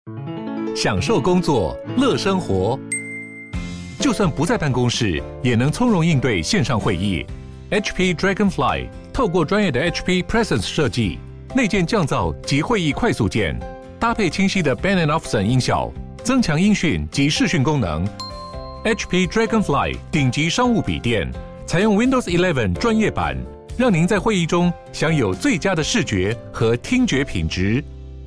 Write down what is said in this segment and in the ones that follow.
享受工作，乐生活。就算不在办公室，也能从容应对线上会议。HP Dragonfly 透过专业的 HP Presence 设计，内建降噪及会议快速键，搭配清晰的 Bang & Olufsen 音效，增强音讯及视讯功能。HP Dragonfly 顶级商务笔电，采用 Windows 11专业版，让您在会议中享有最佳的视觉和听觉品质。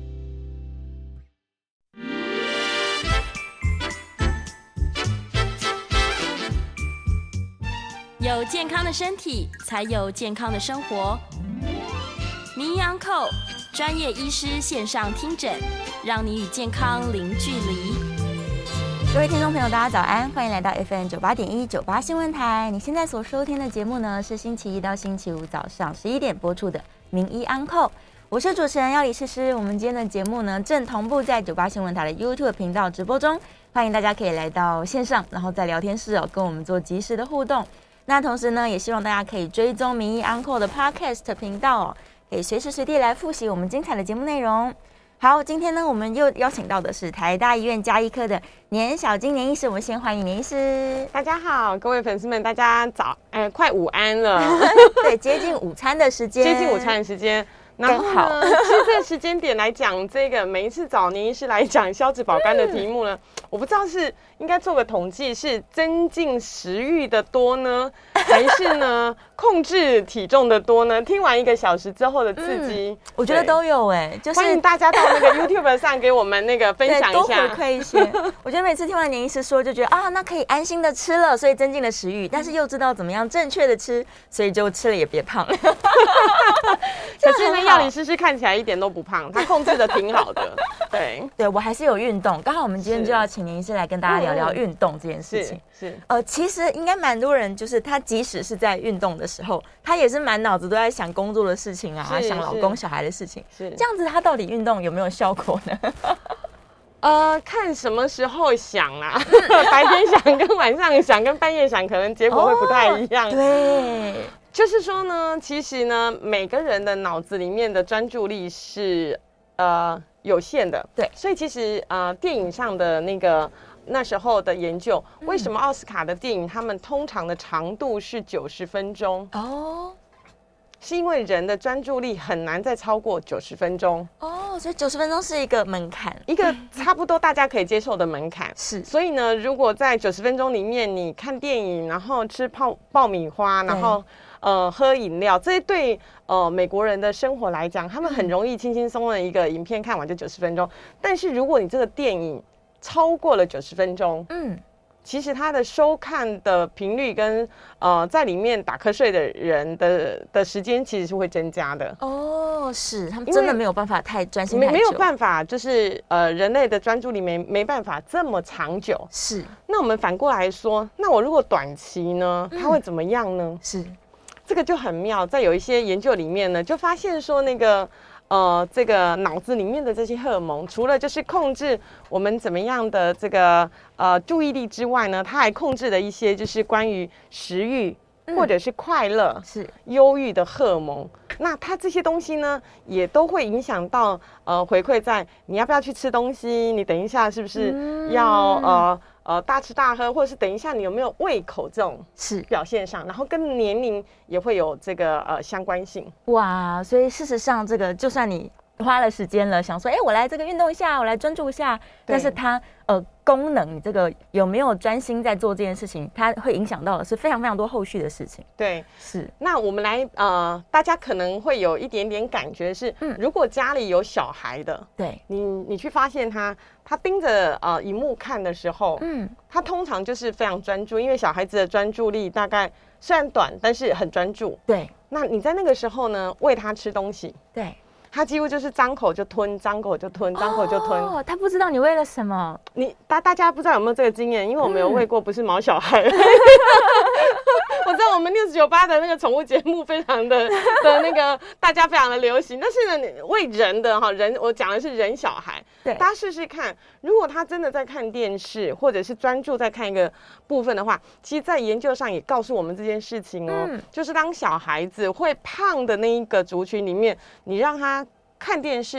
有健康的身体，才有健康的生活。名医安扣专业医师线上听诊，让你与健康零距离。 各位听众朋友，大家早安，欢迎来到 FM 98.1 98新闻台。你现在所收听的节目呢，是星期一到星期五早上11点播出的名医安扣。我是主持人要李诗诗。我们今天的节目呢，正同步在98新闻台的 YouTube 频道直播中，欢迎大家可以来到线上，然后在聊天室跟我们做即时的互动。那同时呢，也希望大家可以追踪名医安扣的 Podcast 频道可以随时随地来复习我们精彩的节目内容。好，今天呢，我们又邀请到的是台大医院家医科的年小金年医师，我们先欢迎年医师。 大家好，各位粉丝们，大家快午安了。 对，接近午餐的时间， 接近午餐的时间。然后呢，其实这个时间点来讲，这个每一次找年医师来讲消脂保肝的题目呢，我不知道是应该做个统计，是增进食欲的多呢，还是呢控制体重的多呢？听完1个小时之后的刺激， 我觉得都有就是欢迎大家到那个 YouTube 上给我们那个分享一下， 多回馈一些。我觉得每次听完年医师说，就觉得那可以安心的吃了，所以增进了食欲，但是又知道怎么样正确的吃，所以就吃了也别胖。 可是呢，药理诗诗看起来一点都不胖，她控制的挺好的。 对，我还是有运动。刚好我们今天就要请年医师来跟大家聊聊运动这件事情。其实应该蛮多人，就是他即使是在运动的时候，他也是满脑子都在想工作的事情啊，想老公小孩的事情。这样子，他到底运动有没有效果呢？ 看什么时候想啦，白天想跟晚上想跟半夜想，可能结果会不太一样。 对。 就是说呢，其实呢，每个人的脑子里面的专注力是有限的，对，所以其实电影上的那时候的研究，为什么奥斯卡的电影他们通常的长度是90分钟？是因为人的专注力很难再超过90分钟所以90分钟是一个门槛， 一个差不多大家可以接受的门槛。是，所以呢，如果在90分钟里面，你看电影，然后吃爆米花，然后喝饮料，这些对美国人的生活来讲，他们很容易轻轻松松的一个影片看完就90分钟。但是如果你这个电影超过了90分钟，其实它的收看的频率跟在里面打瞌睡的人的时间其实是会增加的。 是，他们真的没有办法太专心太久， 没有办法，就是人类的专注力没办法这么长久。是，那我们反过来说，那我如果短期呢，它会怎么样呢？是，这个就很妙，在有一些研究里面呢，就发现说这个脑子里面的这些荷尔蒙，除了就是控制我们怎么样的这个注意力之外呢，它还控制了一些就是关于食欲或者是快乐、是忧郁的荷尔蒙。那它这些东西呢，也都会影响到回馈在你要不要去吃东西，你等一下是不是要大吃大喝，或者是等一下你有没有胃口这种表现上，然后跟年龄也会有这个相关性。 哇，所以事实上这个就算你花了时间了，想说我来这个运动一下，我来专注一下，但是它功能，你这个有没有专心在做这件事情，它会影响到的是非常非常多后续的事情。 对，是。那我们来大家可能会有一点点感觉是，如果家里有小孩的，对，你去发现他盯着荧幕看的时候，他通常就是非常专注，因为小孩子的专注力大概虽然短，但是很专注。对，那你在那个时候呢，喂他吃东西，对。他几乎就是张口就吞，张口就吞，张口就吞。 他不知道你喂了什么。 大家不知道有没有这个经验？因为我们有喂过不是毛小孩。我知道我们698的那个宠物节目非常的那个大家非常的流行，但是呢，喂人的人，我讲的是人小孩。对，大家试试看，如果他真的在看电视，或者是专注在看一个部分的话，其实，在研究上也告诉我们这件事情就是当小孩子会胖的那一个族群里面，你让他看电视、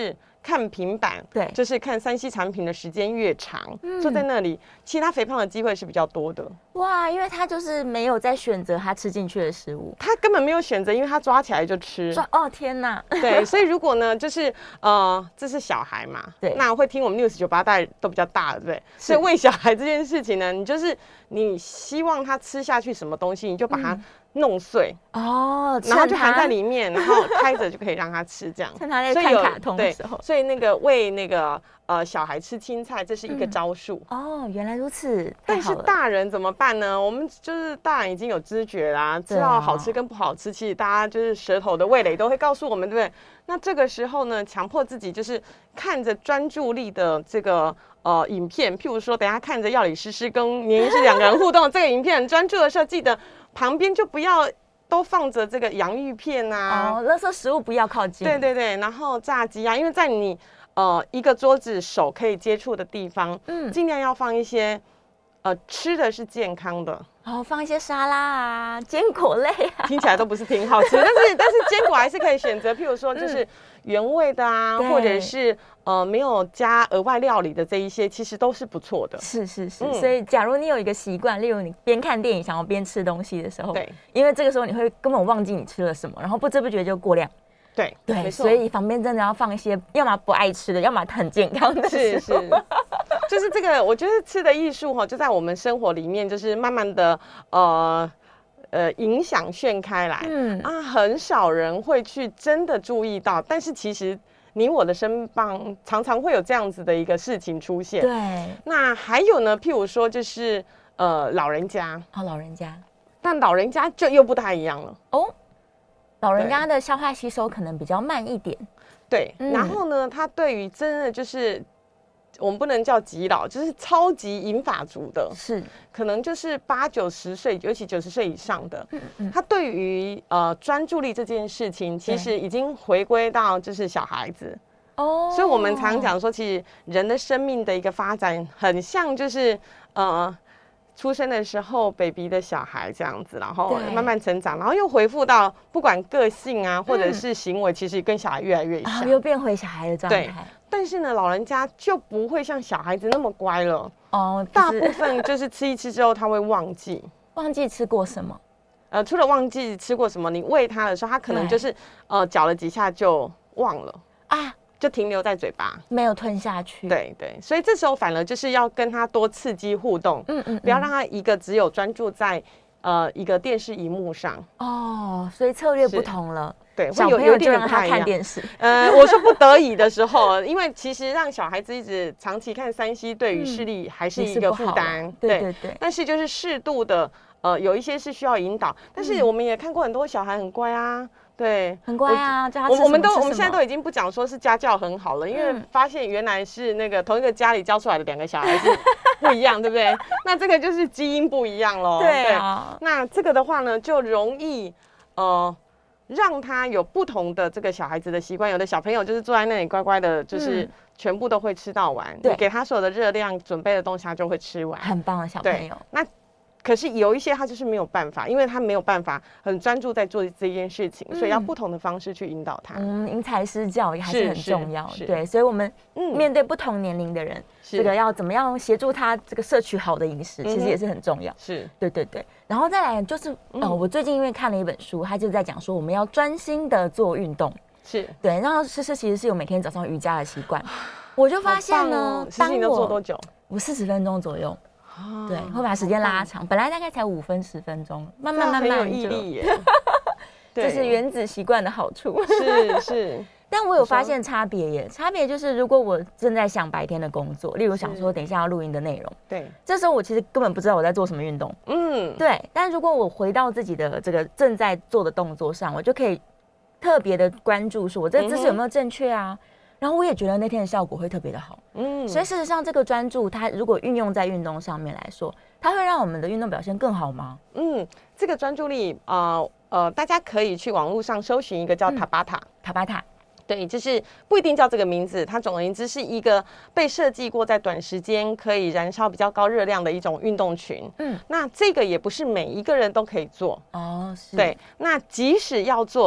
看平板， 对， 就是看3C 产品的时间越长，坐在那里，其实他肥胖的机会是比较多的。 哇，因为他就是没有在选择他吃进去的食物， 他根本没有选择，因为他抓起来就吃。 哦天哪！ 对，所以如果呢，就是这是小孩嘛，对，那会听我们 News98大概都比较大了，对不对？所以喂小孩这件事情呢，你希望他吃下去什么东西，你就把它弄碎哦，然后就含在里面，然后开着就可以让他吃，这样。 趁他在看卡通的时候， 所以那个喂那个小孩吃青菜，这是一个招数。 哦，原来如此。 但是大人怎么办呢？我们就是大人已经有知觉啦，知道好吃跟不好吃，其实大家就是舌头的味蕾都会告诉我们，对不对？那这个时候呢，强迫自己就是看着专注力的这个影片，譬如说，等一下看着药理诗诗跟年医师2个人互动这个影片，很专注的时候，记得旁边就不要都放着这个洋芋片啊， 垃圾食物不要靠近。 对对对，然后炸鸡啊，因为在你一个桌子手可以接触的地方，尽量要放一些吃的是健康的。 放一些沙拉啊，坚果类啊， 听起来都不是挺好吃，但是坚果还是可以选择，譬如说就是原味的啊，或者是没有加额外料理的这一些，其实都是不错的。 是，所以假如你有一个习惯，例如你边看电影想要边吃东西的时候， 对， 因为这个时候你会根本忘记你吃了什么，然后不知不觉就过量。对，所以旁边真的要放一些，要么不爱吃的，要么很健康的。 是，就是这个，我觉得吃的艺术就在我们生活里面，就是慢慢的影响渲开来。很少人会去真的注意到，但是其实你我的身旁常常会有这样子的一个事情出现。 对， 那还有呢，譬如说就是老人家， 老人家， 但老人家就又不太一样了哦。 老人家的消化吸收可能比较慢一点， 对。然后呢，他对于真的就是我们不能叫极老，就是超级银发族的， 是可能就是80、90岁，尤其90岁以上的，他对于专注力这件事情，其实已经回归到就是小孩子哦。所以我们常讲说，其实人的生命的一个发展，很像就是出生的时候 baby 的小孩这样子，然后慢慢成长，然后又回复到不管个性啊或者是行为，其实跟小孩越来越像， 又变回小孩的状态。 但是呢，老人家就不会像小孩子那么乖了哦。大部分就是吃一吃之后，他会忘记吃过什么。 除了忘记吃过什么，你喂他的时候，他可能就是嚼了几下就忘了啊。就停留在嘴巴， 没有吞下去。 对，所以这时候反而就是要跟他多刺激互动，不要让他一个只有专注在一个电视荧幕上。哦， 所以策略不同了。 对， 小朋友就让他看电视。 我说不得已的时候，因为其实让小孩子一直长期看3C，对于视力还是一个负担。 对。 但是就是适度的，有一些是需要引导。但是我们也看过很多小孩很乖啊。对， 很乖啊，叫他吃什么我们现在都已经不讲说是家教很好了，因为发现原来是那个同一个家里教出来的2个小孩子不一样，对不对？那这个就是基因不一样咯。 对啊。 那这个的话呢，就容易让他有不同的这个小孩子的习惯。有的小朋友就是坐在那里乖乖的，就是全部都会吃到完，你给他所有的热量准备的东西，他就会吃完。 很棒的小朋友。 那可是有一些他就是没有办法，因为他没有办法很专注在做这件事情，所以要不同的方式去引导他。因材施教也还是很重要。对，所以我们面对不同年龄的人，这个要怎么样协助他这个摄取好的饮食，其实也是很重要。 是， 对。然后再来就是，我最近因为看了一本书，他就在讲说我们要专心的做运动。 是对，然后诗诗其实是有每天早上瑜伽的习惯，我就发现呢， 当我做多久？ 我40分钟左右。对，会把时间拉长，本来大概才5分10分钟，慢慢很有毅力耶。 这是原子习惯的好处。 是。 但我有发现差别耶，差别就是如果我正在想白天的工作，例如想说等一下要录音的内容， 对， 这时候我其实根本不知道我在做什么运动。对。但如果我回到自己的这个正在做的动作上，我就可以特别的关注说我这个姿势有没有正确啊。然后我也觉得那天的效果会特别的好，所以事实上这个专注，它如果运用在运动上面来说，它会让我们的运动表现更好吗？ 这个专注力大家可以去网络上搜寻一个叫塔巴塔，对，就是不一定叫这个名字，它总而言之是一个被设计过在短时间可以燃烧比较高热量的一种运动群。那这个也不是每一个人都可以做哦，是对。那即使要做，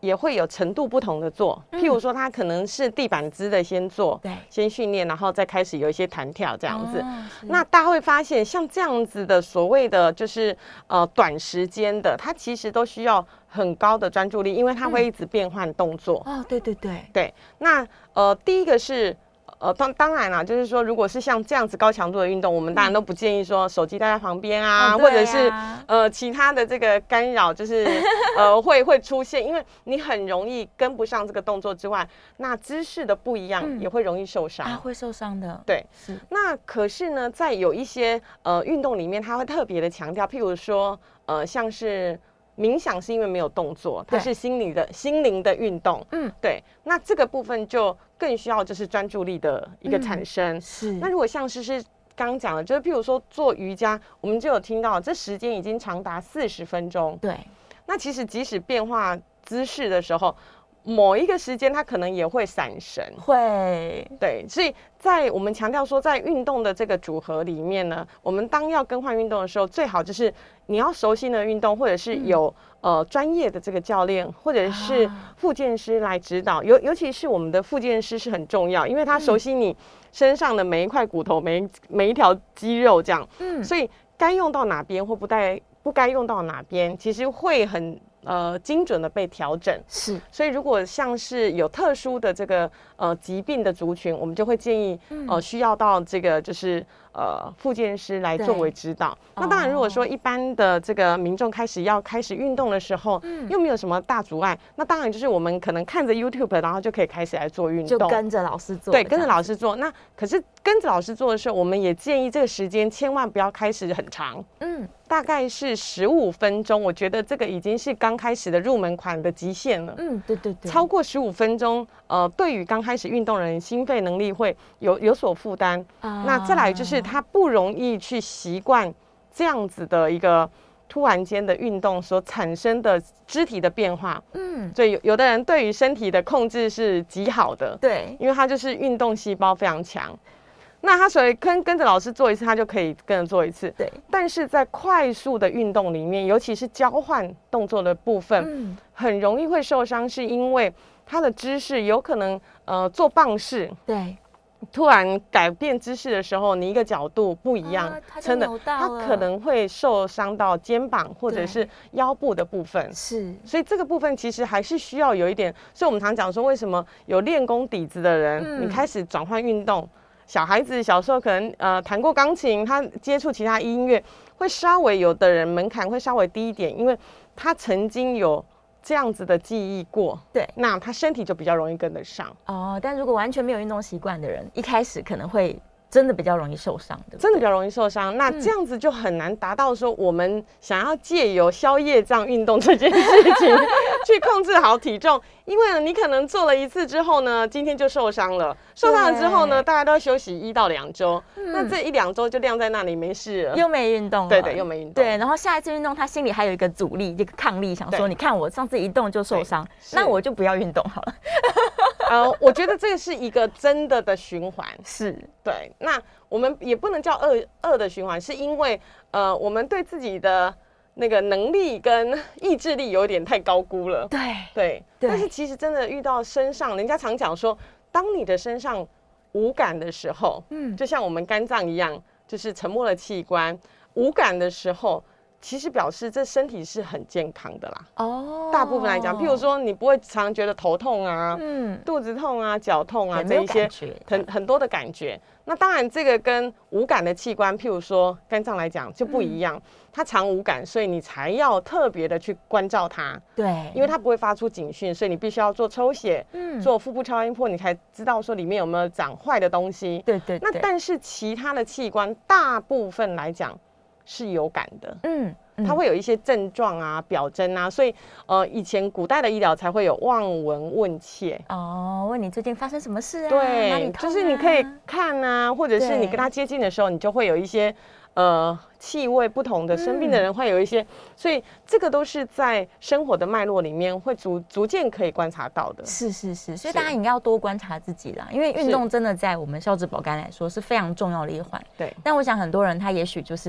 也会有程度不同的做，譬如说他可能是地板姿的先做，对，先训练，然后再开始有一些弹跳这样子。那大家会发现，像这样子的所谓的就是短时间的，它其实都需要很高的专注力，因为它会一直变换动作。对。那第一个是。当然啦，就是说，如果是像这样子高强度的运动，我们当然都不建议说手机带在旁边啊，或者是其他的这个干扰，就是会出现，因为你很容易跟不上这个动作之外，那姿势的不一样也会容易受伤， 会受伤的。 对，是。那可是呢，在有一些运动里面，它会特别的强调，譬如说像是。冥想是因为没有动作，它是心灵的运动。对。那这个部分就更需要就是专注力的一个产生。是。那如果像是刚刚讲的，就是譬如说做瑜伽，我们就有听到这时间已经长达40分钟。对。那其实即使变化姿势的时候，某一个时间它可能也会闪神。会。对。所以在我们强调说，在运动的这个组合里面呢，我们当要更换运动的时候，最好就是你要熟悉的运动，或者是有专业的这个教练，或者是复健师来指导。尤其是我们的复健师是很重要，因为他熟悉你身上的每一块骨头、每一条肌肉这样。所以该用到哪边或不该用到哪边，其实会很精准的被调整。是。所以如果像是有特殊的这个疾病的族群，我们就会建议需要到这个就是复健师来作为指导。那当然如果说一般的这个民众开始运动的时候，又没有什么大阻碍，那当然就是我们可能看着 YouTube 然后就可以开始来做运动， 就跟着老师做。 对，跟着老师做。那可是跟着老师做的时候，我们也建议这个时间千万不要开始很长。大概是15分钟，我觉得这个已经是刚开始的入门款的极限了。对。超过15分钟，对于刚开始运动人心肺能力会有所负担。那再来就是他不容易去习惯这样子的一个突然间的运动所产生的肢体的变化。所以有的人对于身体的控制是极好的。对，因为他就是运动细胞非常强。那他所以跟着老师做一次，他就可以跟着做一次。对。但是在快速的运动里面，尤其是交换动作的部分，很容易会受伤，是因为他的姿势有可能做棒式。对。突然改变姿势的时候，你一个角度不一样，真的，他可能会受伤到肩膀或者是腰部的部分。是。所以这个部分其实还是需要有一点，所以我们常讲说，为什么有练功底子的人，你开始转换运动。小孩子小时候可能弹过钢琴，他接触其他音乐会稍微有的人门槛会稍微低一点，因为他曾经有这样子的记忆过。对，那他身体就比较容易跟得上。 但如果完全没有运动习惯的人，一开始可能会真的比较容易受伤的， 真的比较容易受伤。那这样子就很难达到说我们想要借由消业障运动这件事情去控制好体重，因为呢，你可能做了一次之后呢，今天就受伤了，受伤了之后呢，大家都要休息1到2周，那这1-2周就晾在那里没事了， 又没运动了， 对，又没运动， 对，然后下一次运动，他心里还有一个阻力，一个抗力，想说，你看我上次一动就受伤，那我就不要运动好了。 我觉得这个是一个真的循环， 是对。那我们也不能叫恶的循环，是因为我们对自己的那个能力跟意志力有点太高估了。对。但是其实真的遇到身上，人家常讲说，当你的身上无感的时候，就像我们肝脏一样，就是沉默的器官，无感的时候。其实表示这身体是很健康的啦。大部分来讲，譬如说你不会常觉得头痛啊、肚子痛啊、脚痛啊这一些很多的感觉。那当然，这个跟无感的器官，譬如说肝脏来讲就不一样，它常无感，所以你才要特别的去关照它。对，因为它不会发出警讯，所以你必须要做抽血，做腹部超音波，你才知道说里面有没有长坏的东西。对。那但是其他的器官，大部分来讲是有感的。它会有一些症状啊、表征啊，所以以前古代的医疗才会有望闻问切。 问你最近发生什么事啊？ 对， 哪里痛啊？ 就是你可以看啊，或者是你跟他接近的时候，你就会有一些气味不同的生病的人会有一些，所以这个都是在生活的脉络里面会逐渐可以观察到的。 是，所以大家应该要多观察自己啦，因为运动真的在我们消脂保肝来说是非常重要的一环。对，但我想很多人他也许就是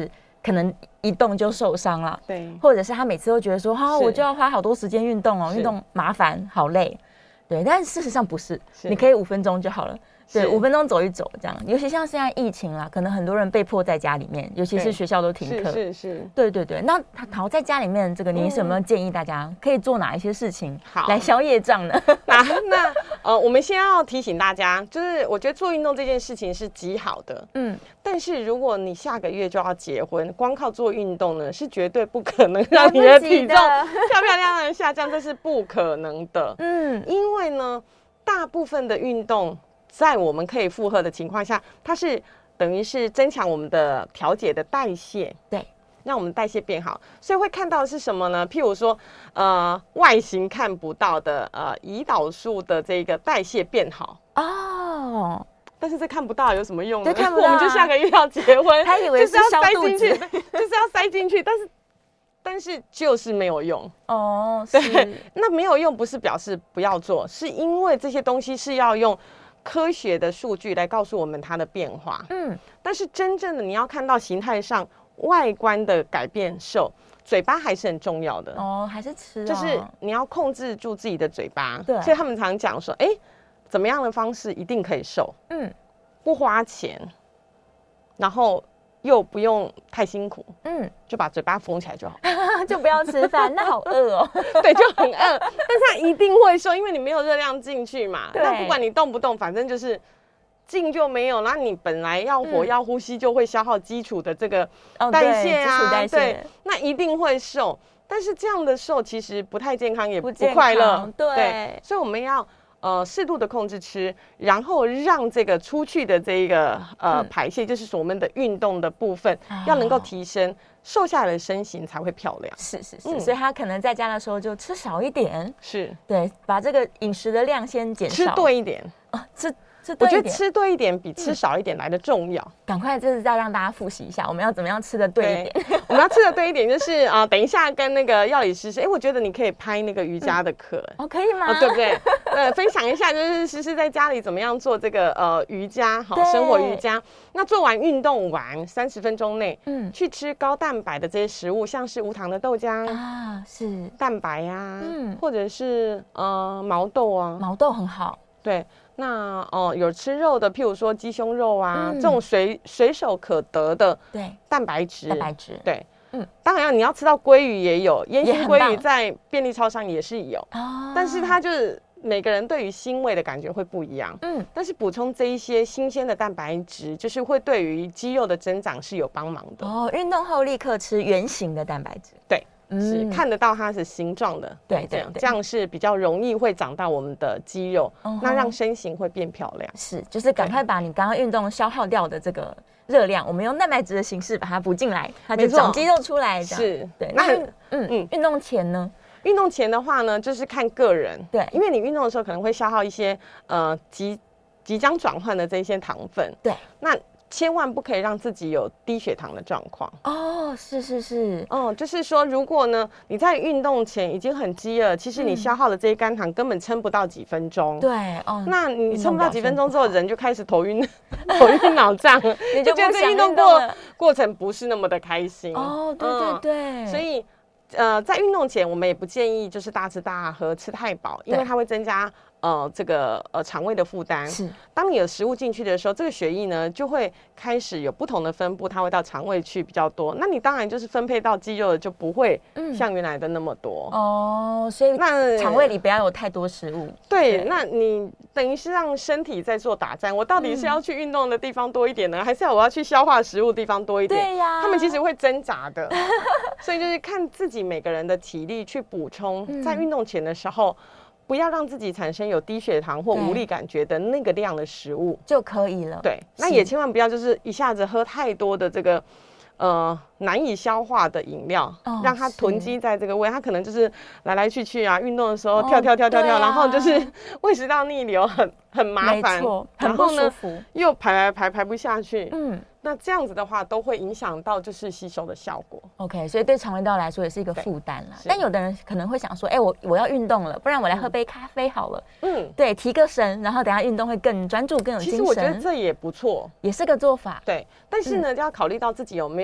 可能一动就受伤了， 对， 或者是他每次都觉得说，我就要花好多时间运动哦，运动麻烦，好累，对，但事实上不是，你可以5分钟就好了。对，5分钟走一走这样，尤其像现在疫情啦，可能很多人被迫在家里面，尤其是学校都停课， 是， 对对对。那好，在家里面这个您是有没有建议大家可以做哪一些事情来消业障呢？ 我们先要提醒大家，就是我觉得做运动这件事情是极好的，但是如果你下个月就要结婚，光靠做运动呢，是绝对不可能让你的体重漂漂亮亮的下降，这是不可能的，因为呢，大部分的运动，在我们可以负荷的情况下，它是等于是增强我们的调节的代谢， 对， 让我们代谢变好。所以会看到的是什么呢？譬如说，外形看不到的胰岛素的这个代谢变好哦。但是这看不到有什么用呢？ 看不到， 我们就下个月要结婚， 他以为是消肚子， 就是要塞进去，但是就是没有用哦。 对，那没有用不是表示不要做，是因为这些东西是要用科学的数据来告诉我们它的变化。但是真正的你要看到形态上外观的改变瘦，嘴巴还是很重要的哦，还是吃， 就是你要控制住自己的嘴巴。 对， 所以他们常讲说，怎么样的方式一定可以瘦？不花钱，然后又不用太辛苦，就把嘴巴封起来就好， 就不要吃饭，那好饿哦。 对，就很饿，但是它一定会瘦，因为你没有热量进去嘛。那不管你动不动，反正就是进就没有，那你本来要活要呼吸，就会消耗基础的这个代谢啊，对，那一定会瘦。但是这样的瘦其实不太健康，也不快乐，对，所以我们要适度的控制吃，然后让这个出去的这个排泄，就是我们的运动的部分，要能够提升，瘦下来的身形才会漂亮。 是，所以他可能在家的时候就吃少一点， 是对，把这个饮食的量先减少， 吃对一点啊， 我觉得吃对一点比吃少一点来的重要。 赶快就是要让大家复习一下，我们要怎么样吃的对一点？ 我们要吃的对一点就是等一下跟那个药理师我觉得你可以拍那个瑜伽的课， 可以吗？ 对不对？分享一下，就是诗诗在家里怎么样做这个瑜伽，生活瑜伽。那做完运动完30分钟内，去吃高蛋白的这些食物，像是无糖的豆浆啊，是蛋白啊，或者是毛豆啊， 毛豆很好， 对。那有吃肉的，譬如说鸡胸肉啊，这种随手可得的蛋白质，对，当然你要吃到鲑鱼也有，烟熏鲑鱼在便利超商也是有，但是它就是每个人对于腥味的感觉会不一样，但是补充这一些新鲜的蛋白质，就是会对于肌肉的增长是有帮忙的。 运动后立刻吃圆形的蛋白质， 对。是看得到它是形状的， 对， 这样是比较容易会长到我们的肌肉，那让身形会变漂亮。 是，就是赶快把你刚刚运动消耗掉的这个热量，我们用蛋白质的形式把它补进来，它就长肌肉出来。 是， 对。那运动前呢？ 运动前的话呢，就是看个人，对，因为你运动的时候可能会消耗一些即将转换的这些糖分， 对， 那千万不可以让自己有低血糖的状况哦，是， 就是说，如果呢你在运动前已经很饥饿，其实你消耗的这些肝糖根本撑不到几分钟， 对， 那你撑不到几分钟之后，人就开始头晕脑胀， 你就觉得这运动过程不是那么的开心哦，对， 所以在运动前，我们也不建议就是大吃大喝，吃太饱，因为它会增加这个肠胃的负担。是，当你有食物进去的时候，这个血液呢就会开始有不同的分布，它会到肠胃去比较多。那你当然就是分配到肌肉的就不会像原来的那么多哦。所以那肠胃里不要有太多食物。 对，那你等于是让身体在做打战。我到底是要去运动的地方多一点呢，还是我要去消化食物的地方多一点？ 对呀， 他们其实会挣扎的。所以就是看自己每个人的体力去补充，在运动前的时候。不要让自己产生有低血糖或无力感觉的那个量的食物就可以了。 对，那也千万不要就是一下子喝太多的这个难以消化的饮料，让它囤积在这个胃，它可能就是来来去去啊，运动的时候跳，然后就是胃食道逆流，很麻烦， 很不舒服， 又排不下去。那这样子的话，都会影响到就是吸收的效果。 OK， 所以对肠胃道来说也是一个负担啦。但有的人可能会想说，我要运动了，不然我来喝杯咖啡好了。对，提个神，然后等下运动会更专注、更有精神。 其实我觉得这也不错， 也是个做法。 对，但是呢，就要考虑到自己有没有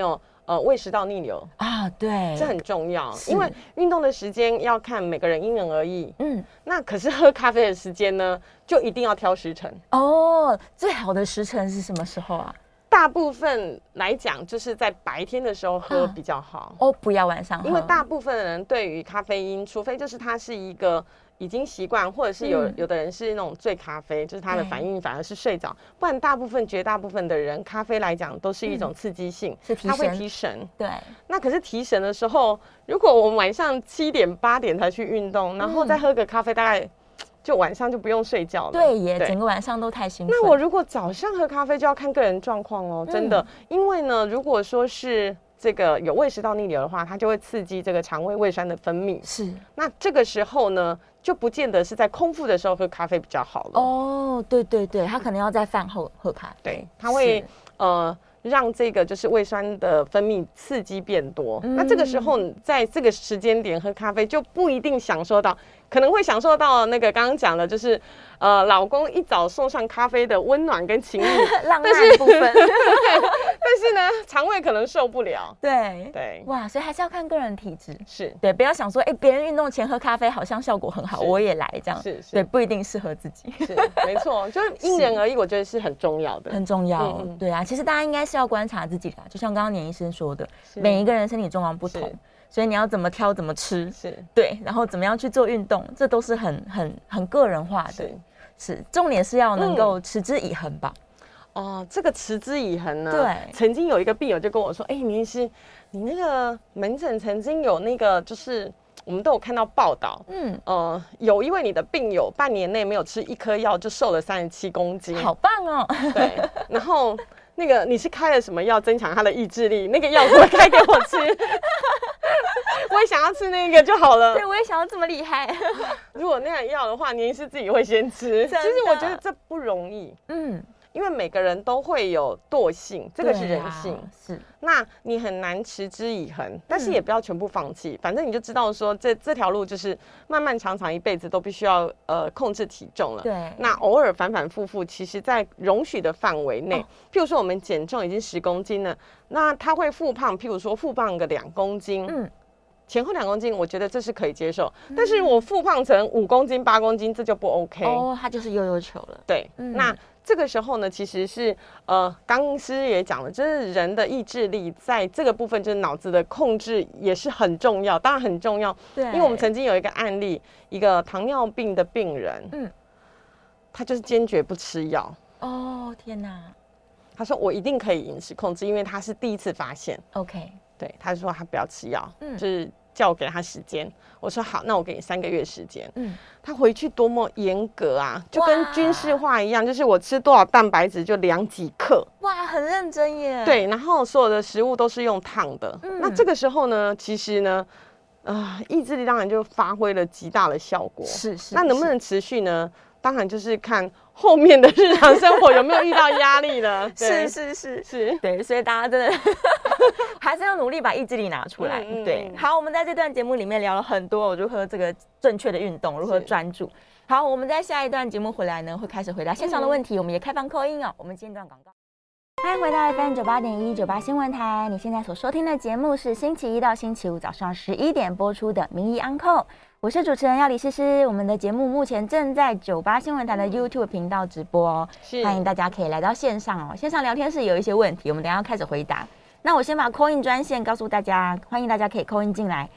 胃食道逆流啊，对， 这很重要，因为运动的时间要看每个人因人而异。那可是喝咖啡的时间呢，就一定要挑时辰哦。最好的时辰是什么时候啊？ 大部分来讲，就是在白天的时候喝比较好哦，不要晚上喝， 因为大部分的人对于咖啡因，除非就是他是一个已经习惯，或者是有的人是那种醉咖啡，就是他的反应反而是睡着，不然绝大部分的人，咖啡来讲都是一种刺激性，它会提神。 对， 那可是提神的时候，如果我们晚上7点8点才去运动，然后再喝个咖啡，大概就晚上就不用睡觉了。 对耶，整个晚上都太兴奋。 那我如果早上喝咖啡，就要看个人状况哦，真的，因为呢，如果说是这个有胃食道逆流的话，它就会刺激这个肠胃胃酸的分泌。是，那这个时候呢，就不见得是在空腹的时候喝咖啡比较好了。 哦，对对对，他可能要在饭后喝咖啡。 对，它会让这个就是胃酸的分泌刺激变多。那这个时候在这个时间点喝咖啡就不一定享受到，可能会享受到那个刚刚讲的，就是老公一早送上咖啡的温暖跟情谊浪漫的部分。 但是呢，肠胃可能受不了。 对对， 哇，所以还是要看个人体质。 是对，不要想说，别人运动前喝咖啡好像效果很好，我也来这样。是，对，不一定适合自己。 是，没错，就是因人而异，我觉得是很重要的， 很重要。对啊，其实大家应该是要观察自己啦，就像刚刚年医生说的，每一个人身体状况不同，所以你要怎么挑怎么吃，是对，然后怎么样去做运动，这都是很个人化的。是，重点是要能够持之以恒吧。 哦，这个持之以恒呢？ 对， 曾经有一个病友就跟我说：“年医师，你那个门诊曾经有那个，就是我们都有看到报道，有一位你的病友半年内没有吃1颗药就瘦了37公斤， 好棒哦！ 对，然后那个你是开了什么药增强他的意志力？那个药怎么开给我吃？我也想要吃那个就好了。 对，我也想要这么厉害。 如果那样药的话，年医师自己会先吃。其实我觉得这不容易，因为每个人都会有惰性，这个是人性。是，那你很难持之以恒，但是也不要全部放弃。反正你就知道说，这条路就是漫漫长长，一辈子都必须要控制体重了。对，那偶尔反反复复，其实在容许的范围内。譬如说，我们减重已经10公斤了，那他会复胖，譬如说复胖个2公斤，前后2公斤，我觉得这是可以接受。但是我复胖成5公斤、8公斤，这就不 OK。 哦，它就是悠悠球了。 对，那这个时候呢，其实是刚师也讲了，就是人的意志力在这个部分，就是脑子的控制也是很重要，当然很重要。对，因为我们曾经有一个案例，一个糖尿病的病人，他就是坚决不吃药。哦，天哪！他说我一定可以饮食控制，因为他是第一次发现。OK， 对，他就说他不要吃药，就是叫我给他时间。我说好，那我给你3个月时间。他回去多么严格啊，就跟军事化一样，就是我吃多少蛋白质就量几克。 哇，很认真耶。对， 然后所有的食物都是用烫的。那这个时候呢，其实呢，意志力当然就发挥了极大的效果。是。那能不能持续呢？当然就是看后面的日常生活有没有遇到压力了。是， 对，所以大家真的还是要努力把意志力拿出来。对，好，我们在这段节目里面聊了很多如何这个正确的运动，如何专注。好，我们在下一段节目回来呢，会开始回答线上的问题，我们也开放call in哦。我们间段广告。欢迎回到 FM98.1 98新闻台，你现在所收听的节目是星期一到星期五早上11点播出的名医安扣，我是主持人要李诗诗。我们的节目目前正在98新闻台的 YouTube 频道直播哦，欢迎大家可以来到线上哦。线上聊天室有一些问题，我们等一下要开始回答。那我先把 call in 专线告诉大家，欢迎大家可以 call in 进来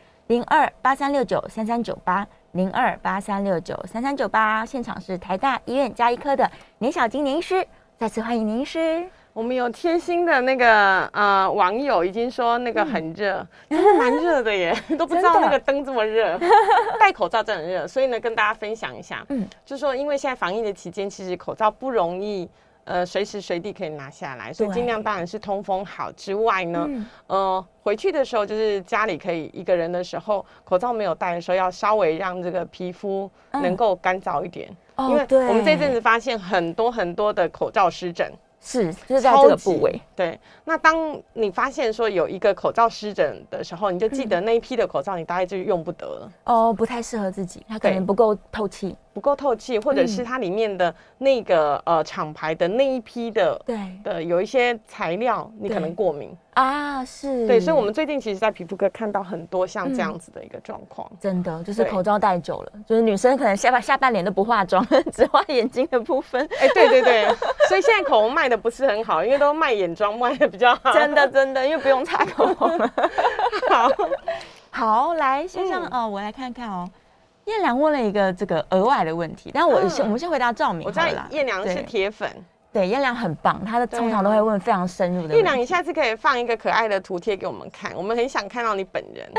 0283693398 0283693398，现场是台大医院家医科的年小金年医师，再次欢迎年医师。 我们有贴心的那个网友已经说那个很热，真的蛮热的耶，都不知道那个灯这么热，戴口罩真的很热，所以呢跟大家分享一下，就是说因为现在防疫的期间，其实口罩不容易随时随地可以拿下来，所以尽量当然是通风好之外呢，回去的时候就是家里可以一个人的时候，口罩没有戴的时候，要稍微让这个皮肤能够干燥一点，因为我们这阵子发现很多的口罩湿疹。 是，就是在这个部位。 对，那当你发现说有一个口罩湿疹的时候，你就记得那一批的口罩你大概就用不得了。 哦，不太适合自己，它可能不够透气。 不够透气，或者是它里面的那个厂牌的那一批的有一些材料你可能过敏啊，是对，所以我们最近其实在皮肤科看到很多像这样子的一个状况， 真的就是口罩戴久了，就是女生可能下半脸都不化妆，只画眼睛的部分。 对对对，所以现在口红卖的不是很好，因为都卖眼妆卖的比较好。 真的，因为不用擦口红了。好，来线上我来看看哦。燕良问了一个这个额外的问题，但我们先回答赵敏。 我知道燕良是铁粉， 对，燕良很棒，他通常都会问非常深入的问题。 燕良，你下次可以放一个可爱的图贴给我们看，我们很想看到你本人，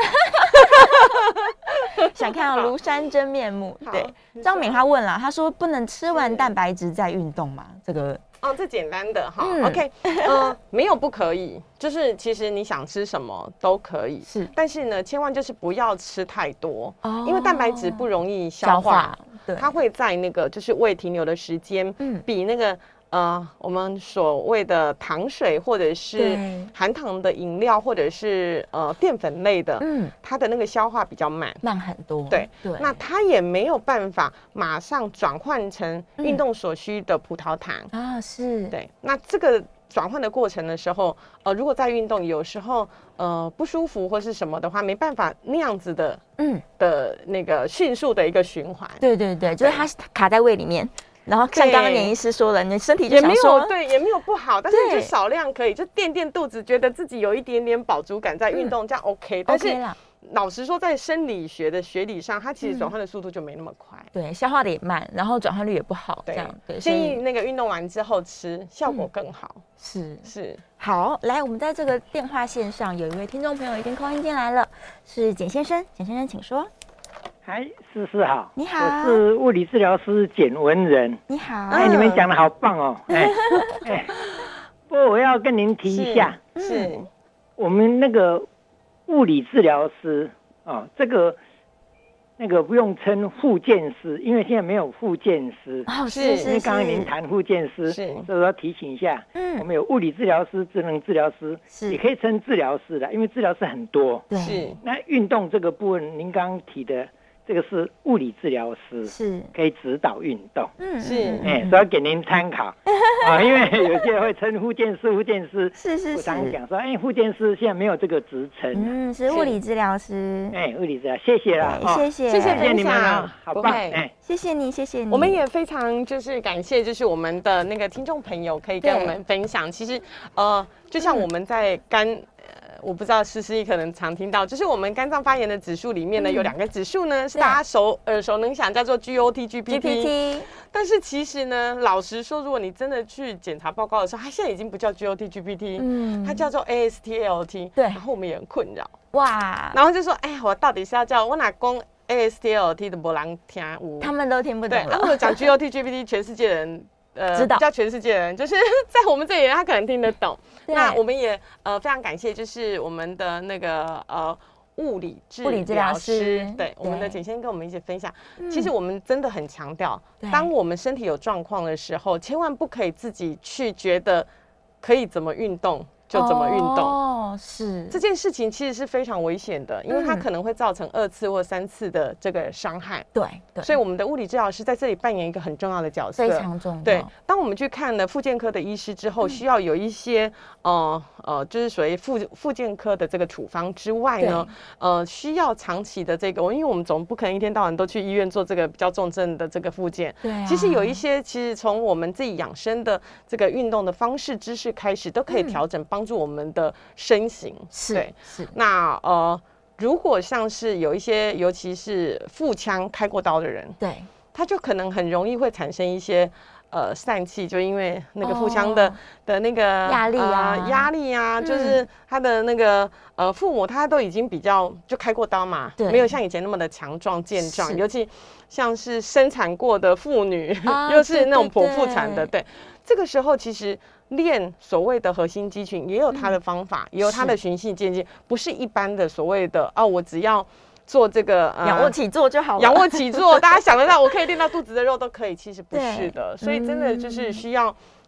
想看到庐山真面目。对，张敏他问了，他说不能吃完蛋白质再运动吗？这个。 这简单的哈，OK， 没有不可以，就是其实你想吃什么都可以，是，但是呢，千万就是不要吃太多，因为蛋白质不容易消化，对，它会在那个就是胃停留的时间，比那个我们所谓的糖水或者是含糖的饮料或者是淀粉类的，它的那个消化比较慢很多， 对，那它也没有办法马上转换成运动所需的葡萄糖啊，是， 对，那这个转换的过程的时候，如果在运动有时候不舒服或是什么的话，没办法那样子的的那个迅速的一个循环， 对，就是它卡在胃里面。然后像刚刚年医师说了，你身体就想说也没有不好，但是就少量可以，就垫肚子，觉得自己有一点点饱足感，在运动这样 OK。但是老实说，在生理学的学理上，它其实转换的速度就没那么快， 对，消化的也慢，然后转换率也不好，这样对。 建议那个运动完之后吃，效果更好。是好，来，我们在这个电话线上有一位听众朋友已经call in进来了，是简先生，简先生请说。 嗨，思思好， 你好， 我是物理治疗师简文仁。 你好， 你们讲的好棒哦，不过我要跟您提一下， 是我们那个物理治疗师这个那个不用称复健师，因为现在没有复健师。 是， 因为刚刚您谈复健师，所以我要提醒一下，我们有物理治疗师、职能治疗师，也可以称治疗师的，因为治疗师很多。 对， 那运动这个部分，您刚刚提的。这个是物理治疗师， 是可以指导运动， 所以要给您参考因为有些人会称复健师， 是， 我常讲说，复健师现在没有这个职称， 是物理治疗师， 物理治疗，谢谢啦， 谢谢分你们享， 好棒， 谢谢你， 我们也非常就是感谢，就是我们的那个听众朋友可以跟我们分享，其实就像我们在我不知道诗诗可能常听到，就是我们肝脏发炎的指数里面呢，有2个指数呢是大家耳熟能详，叫做 GOT、GPT。但是其实呢，老实说，如果你真的去检查报告的时候，它现在已经不叫 GOT、GPT，它叫做 AST-ALT。 对， 然后我们也很困扰， 哇， 然后就说，我到底是要叫我哪公 AST-ALT 的没人听， 他们都听不懂了。 对，或者讲 GOT、GPT， 全世界人。 知道叫全世界人，就是在我们这里人，他可能听得懂。那我们也非常感谢，就是我们的那个物理治疗师，对我们的简先跟我们一起分享。其实我们真的很强调，当我们身体有状况的时候，千万不可以自己去觉得可以怎么运动就怎么运动， 是这件事情其实是非常危险的，因为它可能会造成2次或3次的这个伤害。 对， 所以我们的物理治疗师在这里扮演一个很重要的角色， 非常重要。 对，当我们去看了复健科的医师之后，需要有一些就是属于复健科的这个处方之外呢，需要长期的这个，因为我们总不可能一天到晚都去医院做这个比较重症的这个复健。 对， 其实有一些，其实从我们自己养生的这个运动的方式、知识开始，都可以调整，帮助我们的身形。 是。 那如果像是有一些，尤其是腹腔开过刀的人， 对， 他就可能很容易会产生一些疝气，就因为那个腹腔的那个压力啊，就是他的那个父母他都已经比较就开过刀嘛，没有像以前那么的强壮健壮，尤其像是生产过的妇女，又是那种剖腹产的，对，这个时候其实练所谓的核心肌群也有它的方法，也有它的循序渐进，不是一般的所谓的我只要做这个仰卧起坐就好了， 仰卧起坐大家想得到我可以练到肚子的肉都可以，其实不是的，所以真的就是需要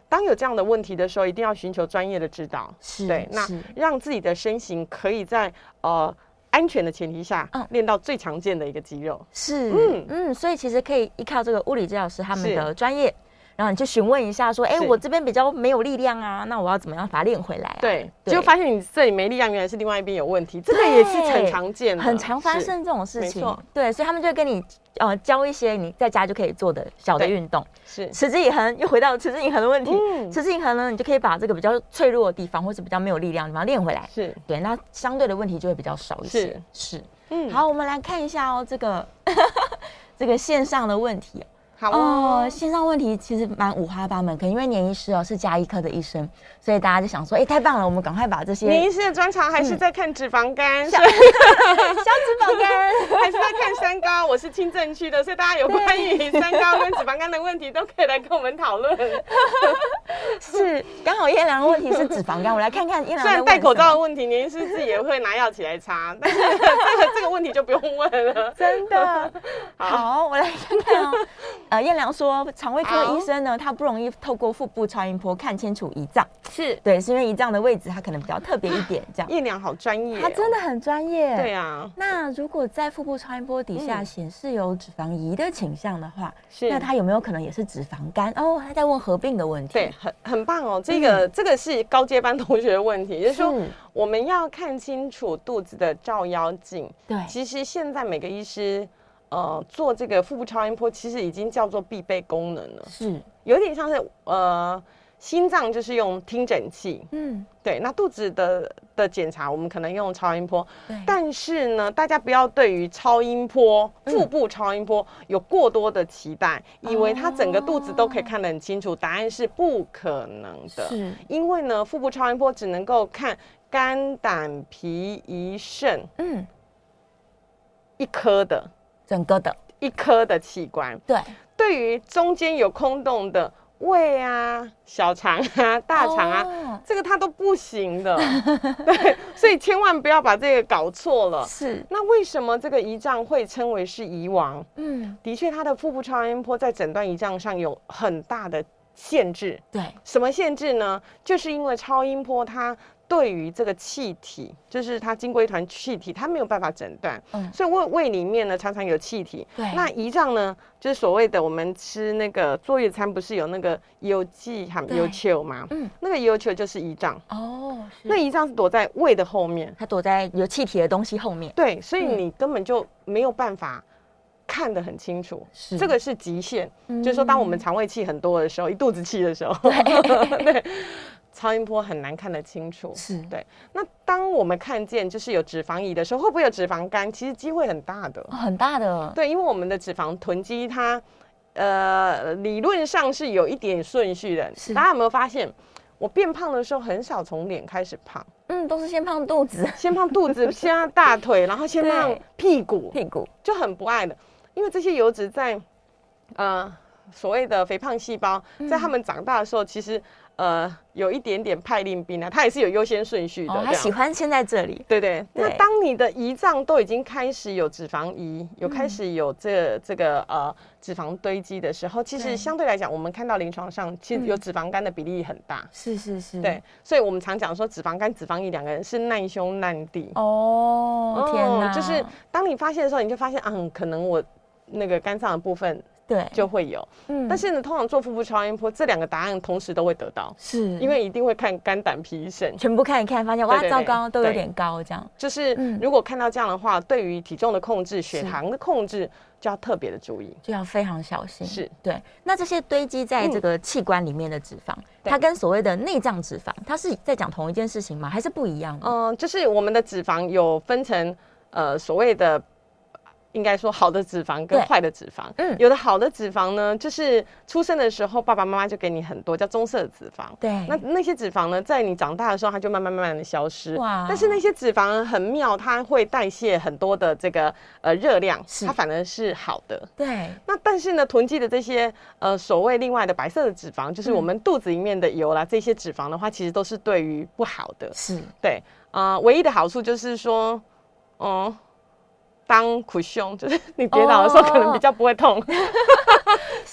当有这样的问题的时候，一定要寻求专业的指导。对，那让自己的身形可以在安全的前提下，练到最常见的一个肌肉。 所以其实可以依靠这个物理治疗师他们的专业，然后你去询问一下说，我这边比较没有力量啊，那我要怎么样把它练回来啊？ 对，就发现你这里没力量，原来是另外一边有问题，这个也是很常见的， 很常发生这种事情。对，所以他们就会跟你教一些你在家就可以做的小的运动。是持之以恒，又回到持之以恒的问题。持之以恒呢，你就可以把这个比较脆弱的地方，或是比较没有力量的地方练回来。是对，那相对的问题就会比较少一些。是，好，我们来看一下这个这个线上的问题。好线上问题其实蛮五花八门，可能因为年医师是家医科的医生，所以大家就想说，太棒了，我们赶快把这些。 年医师的专长还是在看脂肪肝， 小脂肪肝， 还是在看三高。我是清正区的，所以大家有关于三高跟脂肪肝的问题都可以来跟我们讨论。 是，刚好燕良的问题是脂肪肝，我来看看燕良。 虽然戴口罩的问题，年医师自己也会拿药起来擦，但是这个问题就不用问了， 真的。好，我来看看燕良说，肠胃科医生呢，他不容易透过腹部超音波看清楚胰脏，对，是因为胰脏的位置它可能比较特别一点，这样。 燕良好专业， 他真的很专业。 对啊。那如果在腹部超音波底下显示有脂肪胰的倾向的话，那他有没有可能也是脂肪肝？他在问合并的问题。 对，很棒哦。这个是高阶班同学的问题，就是说我们要看清楚肚子的照妖镜。对，其实现在每个医师。做这个腹部超音波其实已经叫做必备功能了，是有点像是心脏就是用听诊器，对，那肚子的检查我们可能用超音波，但是呢，大家不要对于超音波、腹部超音波有过多的期待，以为它整个肚子都可以看得很清楚，答案是不可能的，是因为呢，腹部超音波只能够看肝、胆、脾、胰、肾，一颗的。 整个的一颗的器官，对于中间有空洞的胃啊、小肠啊、大肠啊，这个它都不行的。对，所以千万不要把这个搞错了。是，那为什么这个胰脏会称为是胰王？的确，它的腹部超音波在诊断胰脏上有很大的限制。对，什么限制呢？就是因为超音波它对于这个气体，就是它经过一团气体，它没有办法诊断，所以胃里面呢常常有气体。对，那胰脏呢，就是所谓的我们吃那个坐月餐，不是有那个油剂和油球吗？那个油球就是胰脏。那胰脏是躲在胃的后面， 它躲在有气体的东西后面。 对，所以你根本就没有办法看得很清楚，这个是极限。就是说，当我们肠胃气很多的时候，一肚子气的时候，对。超音波很难看得清楚，是对。那当我们看见就是有脂肪胰的时候，会不会有脂肪肝？其实机会很大的， 很大的。 对，因为我们的脂肪囤积，它理论上是有一点顺序的。大家有没有发现，我变胖的时候很少从脸开始胖， 都是先胖肚子， 先胖肚子，先胖大腿，然后先胖屁股就很不爱的，因为这些油脂在所谓的肥胖细胞，在他们长大的时候，其实。有一点点派令兵啊，它也是有优先顺序的。 他喜欢先在这里。 对。那当你的胰脏都已经开始有脂肪胰，有开始有这个脂肪堆积的时候，其实相对来讲，我们看到临床上其实有脂肪肝的比例很大。是。对，所以我们常讲说脂肪肝、脂肪胰两个人是难兄难弟。天哪！就是当你发现的时候，你就发现可能我那个肝脏的部分。对，就会有，但是呢，通常做腹部超音波，这两个答案同时都会得到，是因为一定会看肝、胆、脾、肾， 全部看一看，发现哇，糟糕，都有点高，这样。 就是如果看到这样的话，对于体重的控制、血糖的控制，就要特别的注意， 就要非常小心。是对。那这些堆积在这个器官里面的脂肪，它跟所谓的内脏脂肪，它是在讲同一件事情吗？还是不一样的？ 就是我们的脂肪有分成所谓的。应该说好的脂肪跟坏的脂肪，有的好的脂肪呢，就是出生的时候爸爸妈妈就给你很多，叫棕色脂肪。对，那些脂肪呢，在你长大的时候，它就慢慢的消失。哇！但是那些脂肪很妙，它会代谢很多的这个热量，它反而是好的。对。那但是呢，囤积的这些所谓另外的白色的脂肪，就是我们肚子里面的油啦，这些脂肪的话，其实都是对于不好的。是。对。唯一的好处就是说，当cushion，就是你跌倒的时候可能比较不会痛。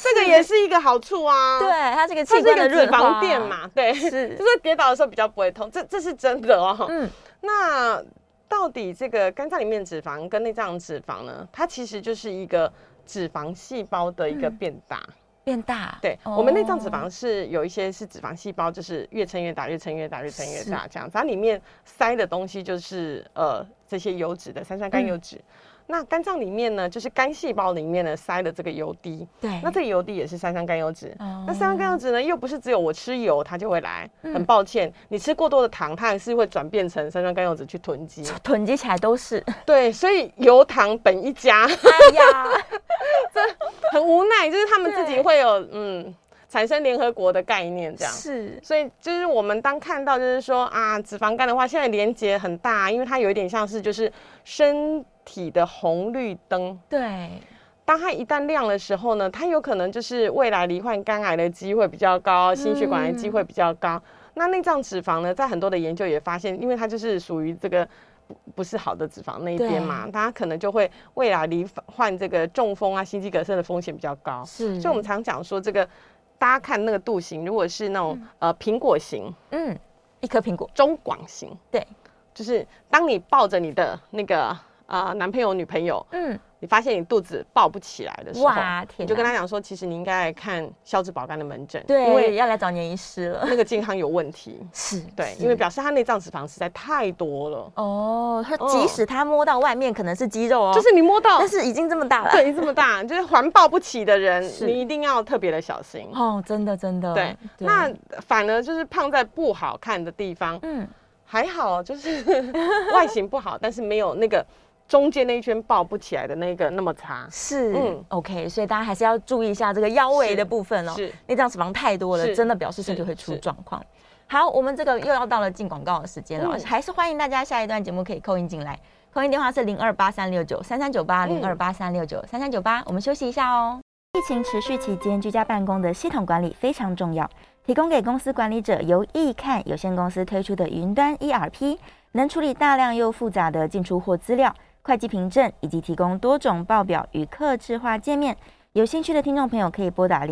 这个也是一个好处啊。 对，它这个器官的润滑， 脂肪垫嘛，对，是，就是跌倒的时候比较不会痛，这是真的哦。那到底这个肝脏里面脂肪跟内脏脂肪呢？它其实就是一个脂肪细胞的一个变大。 变大， 对，我们内脏脂肪是有一些是脂肪细胞，就是越撑越大，越撑越大，越撑越大这样子。它里面塞的东西就是这些油脂的三酸甘油脂。那肝脏里面呢，就是肝细胞里面呢塞的这个油滴， 对， 那这个油滴也是三酸甘油脂。那三酸甘油脂呢，又不是只有我吃油它就会来，很抱歉，你吃过多的糖，它还是会转变成三酸甘油脂去囤积， 囤积起来都是。 对，所以油糖本一家， 哎呀， 这很无奈，就是他们自己会有产生联合国的概念这样， 是， 所以就是我们当看到就是说啊，脂肪肝的话，现在连结很大，因为它有一点像是就是身体的红绿灯。 对， 当它一旦亮的时候呢，它有可能就是未来罹患肝癌的机会比较高，心血管的机会比较高。那内脏脂肪呢，在很多的研究也发现，因为它就是属于这个不是好的脂肪那一边嘛，它可能就会未来罹患这个中风啊、心肌梗塞的风险比较高。是，所以我们常讲说这个。大家看那个度型，如果是那种苹果型， 一颗苹果， 中广型， 对， 就是当你抱着你的那个男朋友、女朋友，你发现你肚子抱不起来的时候，哇，你就跟他讲说，其实你应该来看消脂保肝的门诊， 对，因为要来找年医师了， 那个健康有问题，是对，因为表示他内脏脂肪实在太多了。 哦，他即使他摸到外面可能是肌肉哦， 就是你摸到， 但是已经这么大了， 对，这么大，就是环抱不起的人，你一定要特别的小心哦，真的真的。 对，那反而就是胖在不好看的地方，还好，就是外形不好，但是没有那个。中间那一圈抱不起来的那个那么差是，OK， 所以大家还是要注意一下这个腰围的部分哦。是，内脏脂肪太多了，真的表示身体会出状况。好，我们这个又要到了进广告的时间了，还是欢迎大家下一段节目可以扣音进来，扣音电话是0283693398，0283693398。我们休息一下哦。疫情持续期间，居家办公的系统管理非常重要，提供给公司管理者由易看有限公司推出的云端 ERP， 能处理大量又复杂的进出货资料。会计凭证以及提供多种报表与客制化界面，有兴趣的听众朋友可以拨打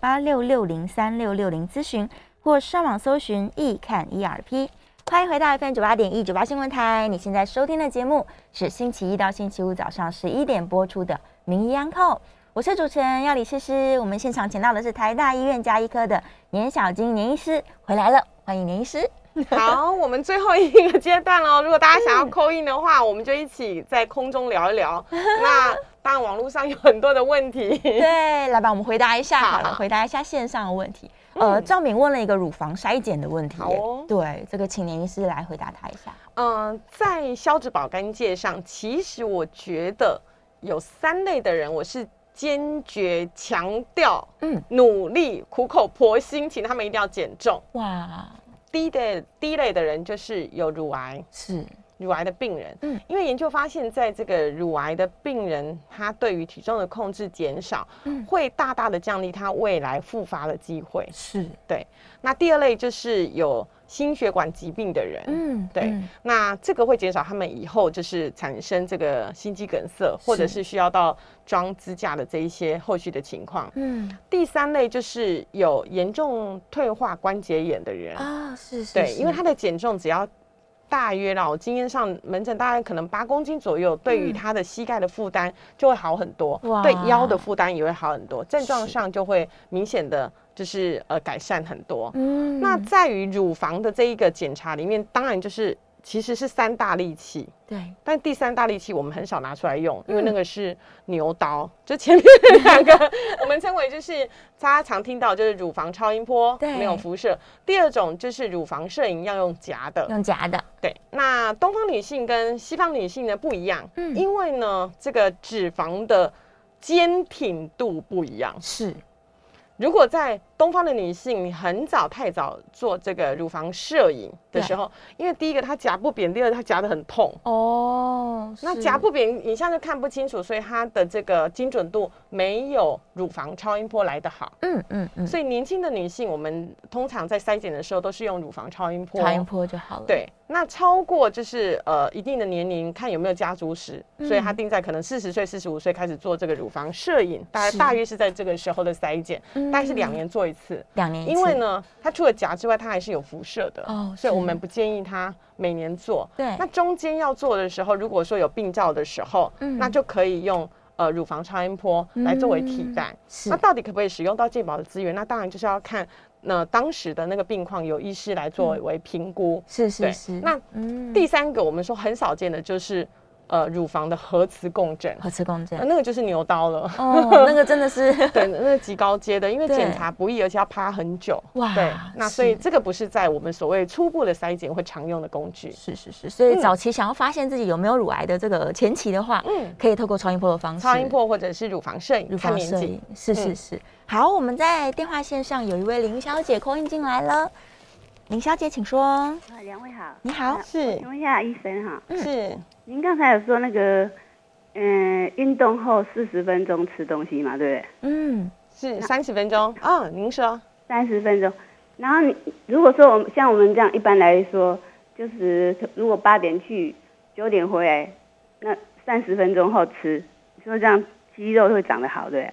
0286603660咨询，或上网搜寻易看 ERP。欢迎回到 FM98.1 98新闻台，你现在收听的节目是星期一到星期五早上11点播出的《名医安扣》，我是主持人要李诗诗。我们现场请到的是台大医院家医科的年小金年医师回来了，欢迎年医师。 好，我们最后一个阶段喽。如果大家想要call in的话，我们就一起在空中聊一聊。那当然，网络上有很多的问题。 对，来吧，我们回答一下好了，回答一下线上的问题。赵敏问了一个乳房筛检的问题。好哦。对，这个请年医师来回答他一下。 在消脂保肝界上，其实我觉得有3类的人，我是坚决强调，努力苦口婆心，请他们一定要减重。哇。第一类的人就是有乳癌，是乳癌的病人。因为研究发现，在这个乳癌的病人，他对于体重的控制减少，会大大的降低他未来复发的机会。是对。那第2类就是有心血管疾病的人，对，那这个会减少他们以后就是产生这个心肌梗塞，或者是需要到装支架的这一些后续的情况。第3类就是有严重退化关节炎的人啊，是，对，因为他的减重只要大约啦，我经验上门诊大概可能8公斤左右，对于他的膝盖的负担就会好很多，对腰的负担也会好很多，症状上就会明显的就是改善很多。那在于乳房的这一个检查里面，当然就是其实是3大利器，对，但第3大利器我们很少拿出来用，因为那个是牛刀，就前面2个我们称为就是大家常听到就是乳房超音波没有辐射，第2种就是乳房摄影要用夹的，对。那东方女性跟西方女性呢不一样，因为呢这个脂肪的坚挺度不一样，是。如果在东方的女性，你很早太早做这个乳房摄影的时候，因为第一个它夹不扁，第二个它夹得很痛哦。那夹不扁，影像就看不清楚，所以它的这个精准度没有乳房超音波来得好。所以年轻的女性，我们通常在筛检的时候都是用乳房超音波， 超音波就好了。 对，那超过就是一定的年龄，看有没有家族史，所以它定在可能40岁、45岁开始做这个乳房摄影，大约是在这个时候的筛检，大概是2年做一次。 2年一次， 因为呢，它除了夹之外，它还是有辐射的所以我们不建议它每年做。 对， 那中间要做的时候，如果说有病灶的时候，那就可以用乳房超音波来作为替代。那到底可不可以使用到健保的资源？那当然就是要看当时的那个病况，有医师来作为评估。是。那第3个我们说很少见的就是乳房的核磁共振，那个就是牛刀了。 那个真的是对，那个极高阶的，因为检查不易，而且要趴很久。哇，对，那所以这个不是在我们所谓初步的筛检会常用的工具。 是。所以早期想要发现自己有没有乳癌的这个前期的话，可以透过超音波的方式， 超音波或者是乳房摄影，看年纪。 是。好，我们在电话线上有一位林小姐call in进来了。林小姐，请说。 两位好。 你好。 是。 请问一下医生哈。 是。 您刚才有说那个，运动后40分钟吃东西嘛，对不对？ 是30分钟。您说。 30分钟。然后如果说像我们这样一般来说，就是如果8点去，9点回来，那30分钟后吃，说这样肌肉会长得好，对不对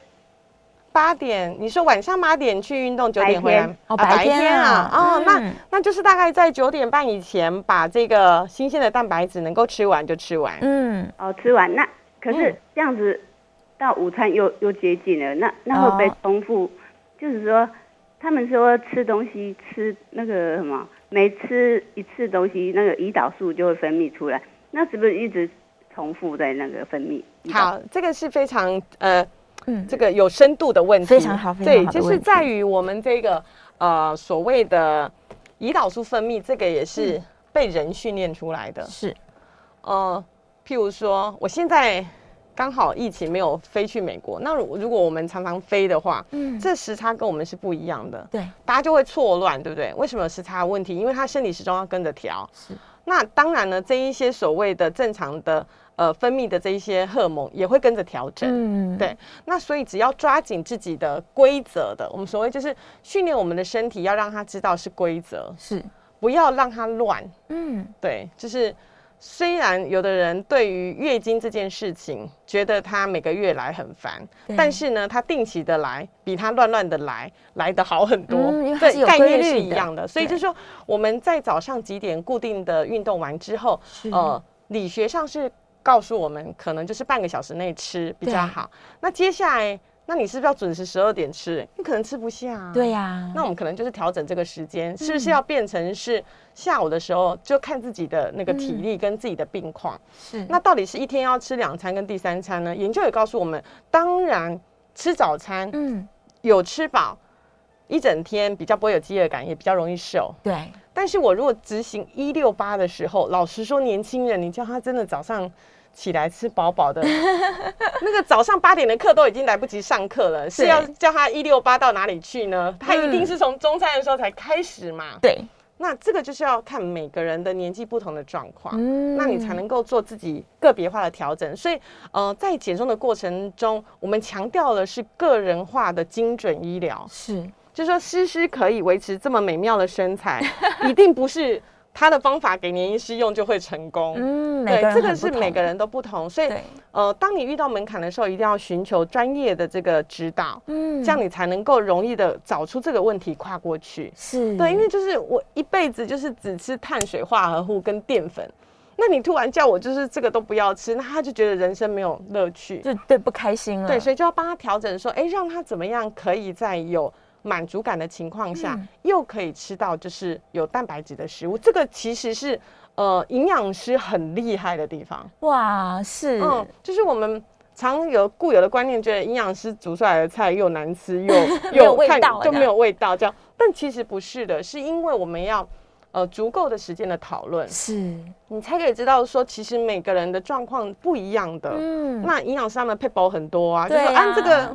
？8点，你说晚上8点去运动，9点回来？ 白天啊。 那就是大概在9点半以前，把这个新鲜的蛋白质能够吃完就吃完。 吃完那可是这样子到午餐又接近了，那会不会重复？就是说，他们说吃东西吃那个什么，每吃一次东西，那个胰岛素就会分泌出来，那是不是一直重复在那个分泌？ 好，这个是非常这个有深度的问题， 非常好， 对，就是在于我们这个所谓的胰岛素分泌，这个也是被人训练出来的。 是， 譬如说，我现在刚好疫情没有飞去美国，那如果我们常常飞的话，这时差跟我们是不一样的， 对， 大家就会错乱，对不对？为什么有时差的问题？因为他生理时钟要跟着调。 是， 那当然呢，这一些所谓的正常的。分泌的这一些荷尔蒙也会跟着调整，对。那所以只要抓紧自己的规则的，我们所谓就是训练我们的身体，要让他知道是规则， 是不要让他乱，对。就是虽然有的人对于月经这件事情觉得他每个月来很烦，但是呢，他定期的来比他乱乱的来得好很多，对，概念是一样的。所以就是说我们在早上几点固定的运动完之后，理学上是告诉我们，可能就是半个小时内吃比较好。那接下来，那你是不是要准时12点吃？你可能吃不下。 对呀。 那我们可能就是调整这个时间，是不是要变成是下午的时候，就看自己的那个体力跟自己的病况。 是。 那到底是一天要吃2餐跟第3餐呢？研究也告诉我们，当然吃早餐，有吃饱，一整天比较不会有饥饿感，也比较容易瘦。 对。 但是我如果执行168的时候，老实说，年轻人，你叫他真的早上起来吃饱饱的，那个早上8点的课都已经来不及上课了，是要叫他168到哪里去呢？他一定是从中餐的时候才开始嘛。 对， 那这个就是要看每个人的年纪不同的状况，那你才能够做自己个别化的调整。所以，在减重的过程中，我们强调的是个人化的精准医疗。 是。 就是说，诗诗可以维持这么美妙的身材，一定不是他的方法给年医师用就会成功。对，这个是每个人都不同。所以，当你遇到门槛的时候，一定要寻求专业的这个指导，这样你才能够容易的找出这个问题，跨过去。 是对，因为就是我一辈子就是只吃碳水化合物跟淀粉。那你突然叫我就是这个都不要吃，那他就觉得人生没有乐趣， 就对不开心了。 对，所以就要帮他调整，说，让他怎么样可以在有满足感的情况下，又可以吃到就是有蛋白质的食物。这个其实是营养师很厉害的地方。 哇，是， 就是我们常有固有的观念，觉得营养师煮出来的菜又难吃又味道就没有味道这样，但其实不是的，是因为我们要足够的时间的讨论， 是你才可以知道说，其实每个人的状况不一样的。那营养师他们配包很多啊，就是说按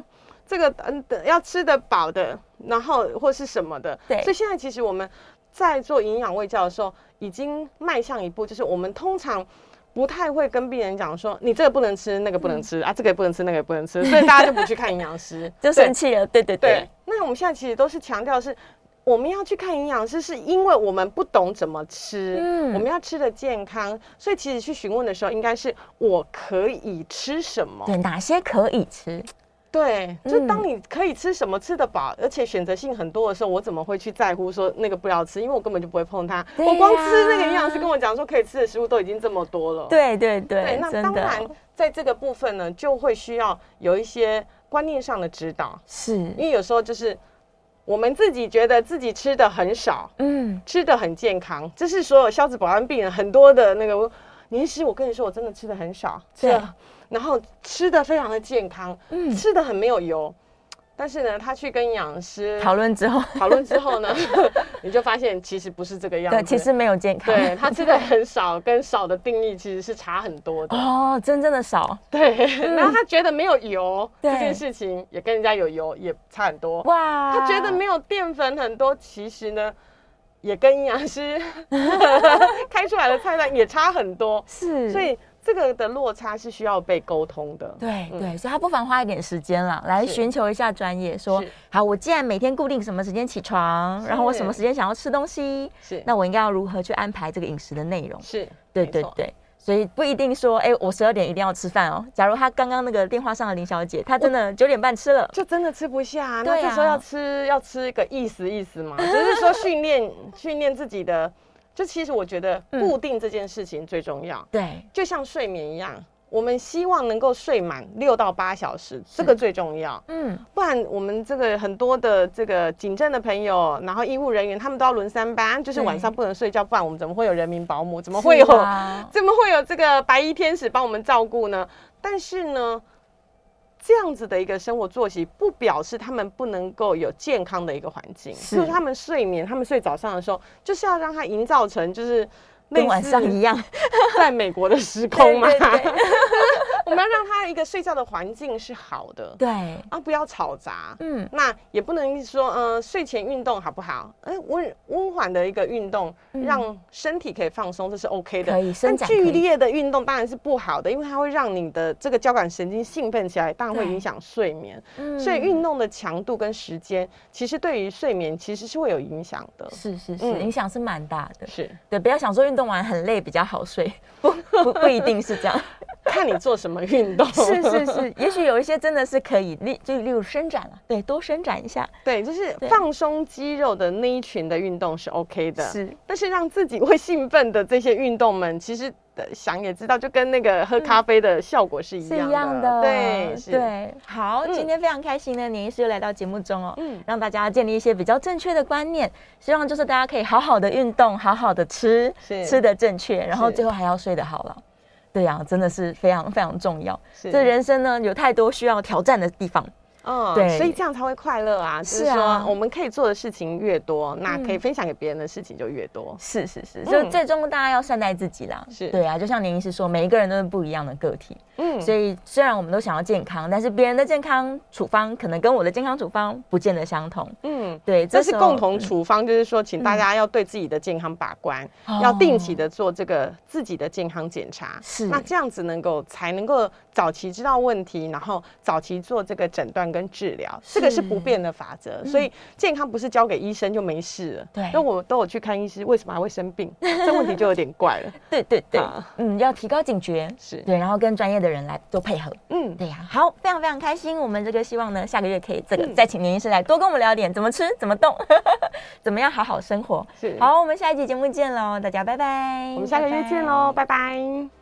这个要吃得饱的，然后或是什么的。 对， 所以现在其实我们在做营养卫教的时候，已经迈向一步，就是我们通常不太会跟病人讲说，你这个不能吃，那个不能吃啊，这个也不能吃，那个也不能吃，所以大家就不去看营养师， 就生气了。对对对。 那我们现在其实都是强调是，我们要去看营养师，是因为我们不懂怎么吃，我们要吃的健康，所以其实去询问的时候，应该是我可以吃什么， 对，哪些可以吃。 对，就当你可以吃什么吃得饱，而且选择性很多的时候，我怎么会去在乎说那个不要吃？因为我根本就不会碰它。我光吃那个营养师跟我讲说可以吃的食物都已经这么多了。 对对对， 那当然在这个部分呢，就会需要有一些观念上的指导。是，因为有时候就是我们自己觉得自己吃的很少，吃的很健康，这是所有消脂保安病人很多的那个。林医师，我跟你说，我真的吃的很少，对。然后吃的非常的健康，吃的很没有油，但是呢，他去跟营养师讨论之后呢， 你就发现其实不是这个样子， 对，其实没有健康， 对，他吃的很少，跟少的定义其实是差很多的哦，真正的少， 对，然后他觉得没有油这件事情也跟人家有油也差很多，哇，他觉得没有淀粉很多，其实呢。也跟营养师开出来的菜单也差很多，是，所以这个的落差是需要被沟通的。 对对，所以他不妨花一点时间啦，来寻求一下专业，说好，我既然每天固定什么时间起床，然后我什么时间想要吃东西，是，那我应该要如何去安排这个饮食的内容？是，对对对。所以不一定说，我12点一定要吃饭哦。假如他刚刚那个电话上的林小姐，她真的9点半吃了， 就真的吃不下。那这时候要吃个意思嘛，就是说训练自己的。就其实我觉得固定这件事情最重要。对，就像睡眠一样。我们希望能够睡满6到8小时，这个最重要。不然我们这个很多的这个警政的朋友，然后医护人员，他们都要轮3班，就是晚上不能睡觉，不然我们怎么会有人民保姆？怎么会有这个白衣天使帮我们照顾呢？但是呢，这样子的一个生活作息，不表示他们不能够有健康的一个环境。就是他们睡眠，他们睡早上的时候，就是要让他营造成就是。 跟晚上一样， 在美国的时空嘛，我们要让他一个睡觉的环境是好的，对啊，不要吵杂，那也不能说睡前运动好不好？温缓的一个运动，让身体可以放松，这是 OK 的。可以伸展。但剧烈的运动当然是不好的，因为它会让你的这个交感神经兴奋起来，当然会影响睡眠。所以运动的强度跟时间，其实对于睡眠其实是会有影响的。是， 影响是蛮大的。是对，不要想说运动完很累比较好睡，不一定是这样。 看你做什么运动。 是，也许有一些真的是可以，就例如伸展了，对，多伸展一下。 对，就是放松肌肉的那一群的运动是 OK 的。是，但是让自己会兴奋的这些运动们，其实想也知道，就跟那个喝咖啡的效果是一样的。 对。好，今天非常开心呢，年医师又来到节目中哦，让大家建立一些比较正确的观念，希望就是大家可以好好的运动，好好的吃的正确，然后最后还要睡得好了。对呀，真的是非常非常重要。这人生呢，有太多需要挑战的地方。 对，所以这样才会快乐啊！就是说，我们可以做的事情越多，那可以分享给别人的事情就越多。 是，就最终大家要善待自己啦。是，对啊，就像林医师说，每一个人都是不一样的个体。所以虽然我们都想要健康，但是别人的健康处方可能跟我的健康处方不见得相同。对， 这是共同处方，就是说，请大家要对自己的健康把关，要定期的做这个自己的健康检查。是，那这样子才能够早期知道问题，然后早期做这个诊断跟治疗，这个是不变的法则。所以健康不是交给医生就没事了。对，那我都有去看医师，为什么还会生病？这问题就有点怪了。 对，要提高警觉。是，对，然后跟专业的人来做配合。对呀，好，非常非常开心。我们这个希望呢，下个月可以再请年医师来多跟我们聊点怎么吃、怎么动、怎么样好好生活。好，我们下一集节目见喽，大家拜拜。 我们下个月见喽，拜拜。